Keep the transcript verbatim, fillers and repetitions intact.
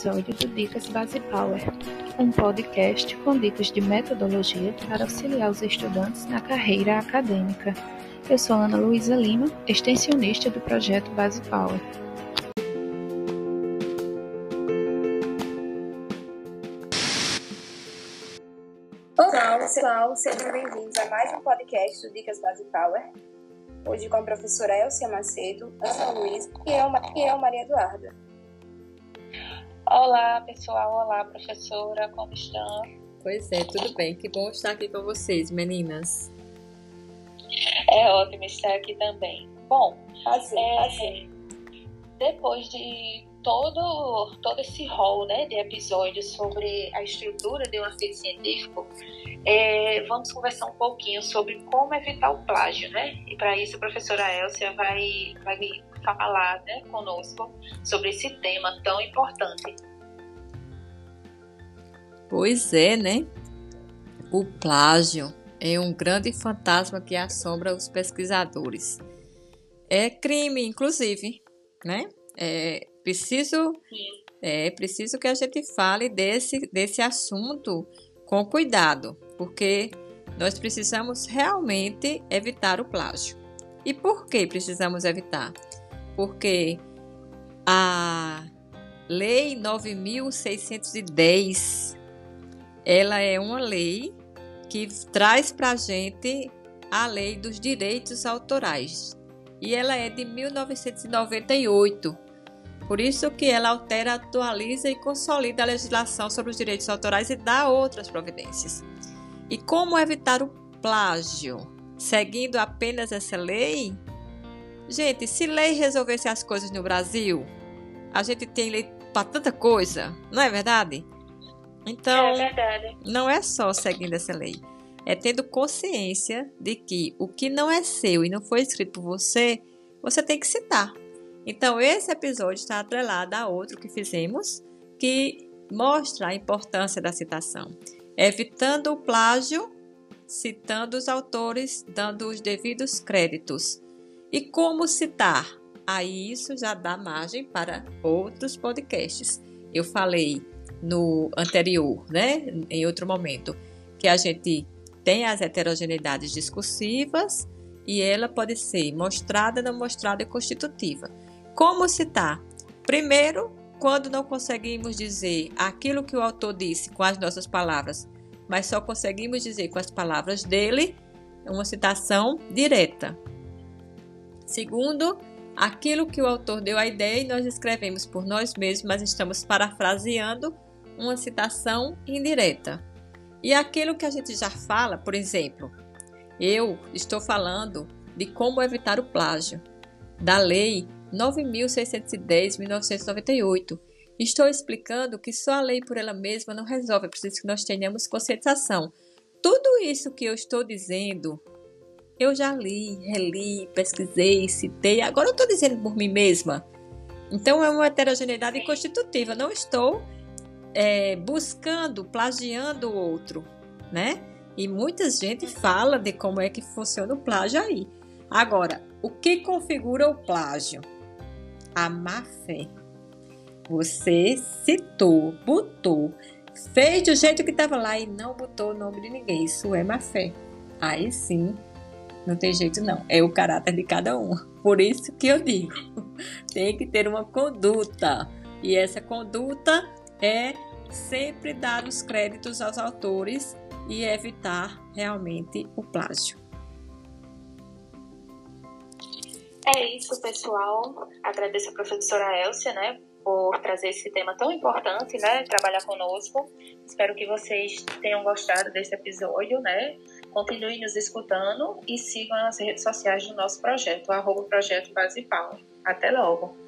episódio do Dicas Base Power, um podcast com dicas de metodologia para auxiliar os estudantes na carreira acadêmica. Eu sou Ana Luísa Lima, extensionista do projeto Base Power. Olá, pessoal, sejam bem-vindos a mais um podcast do Dicas Base Power. Hoje com a professora Elcia Macedo, Ana Luísa e eu, e eu, Maria Eduarda. Olá, pessoal. Olá, professora. Como estão? Pois é, tudo bem. Que bom estar aqui com vocês, meninas. É ótimo estar aqui também. Bom, Assim, é, assim. depois de todo, todo esse rol, né, de episódios sobre a estrutura de um artigo científico, é, vamos conversar um pouquinho sobre como evitar o plágio, né? E para isso a professora Elcia vai, vai falar, né, conosco sobre esse tema tão importante. Pois é, né? O plágio é um grande fantasma que assombra os pesquisadores. É crime, inclusive, né? É preciso, é preciso que a gente fale desse, desse assunto com cuidado, porque nós precisamos realmente evitar o plágio. E por que precisamos evitar? Porque a Lei nove mil seiscentos e dez, ela é uma lei que traz para a gente a Lei dos Direitos Autorais. E ela é de mil novecentos e noventa e oito. Por isso que ela altera, atualiza e consolida a legislação sobre os direitos autorais e dá outras providências. E como evitar o plágio? Seguindo apenas essa lei? Gente, se lei resolvesse as coisas no Brasil, a gente tem lei para tanta coisa, não é verdade? Então, é verdade. Não é só seguindo essa lei, é tendo consciência de que o que não é seu e não foi escrito por você, você tem que citar. Então, esse episódio está atrelado a outro que fizemos, que mostra a importância da citação, evitando o plágio, citando os autores, dando os devidos créditos. E como citar? Aí isso já dá margem para outros podcasts. Eu falei no anterior, né, em outro momento, que a gente tem as heterogeneidades discursivas e ela pode ser mostrada, não mostrada e constitutiva. Como citar? Primeiro, quando não conseguimos dizer aquilo que o autor disse com as nossas palavras, mas só conseguimos dizer com as palavras dele, uma citação direta. Segundo, aquilo que o autor deu a ideia e nós escrevemos por nós mesmos, mas estamos parafraseando, uma citação indireta. E aquilo que a gente já fala, por exemplo, eu estou falando de como evitar o plágio da Lei nove mil seiscentos e dez de mil novecentos e noventa e oito. Estou explicando que só a lei por ela mesma não resolve, é preciso que nós tenhamos conscientização. Tudo isso que eu estou dizendo, eu já li, reli, pesquisei, citei, agora eu estou dizendo por mim mesma. Então é uma heterogeneidade constitutiva, não estou é, buscando, plagiando o outro, né? E muita gente fala de como é que funciona o plágio aí. Agora, o que configura o plágio? A má-fé. Você citou, botou, fez do jeito que estava lá e não botou o nome de ninguém. Isso é má-fé. Aí sim, não tem jeito não. É o caráter de cada um. Por isso que eu digo, tem que ter uma conduta. E essa conduta é sempre dar os créditos aos autores e evitar realmente o plágio. É isso, pessoal. Agradeço a professora Elcia, né, por trazer esse tema tão importante, né, trabalhar conosco. Espero que vocês tenham gostado desse episódio, né. Continuem nos escutando e sigam as redes sociais do nosso projeto, arroba Projeto Base Power. Até logo!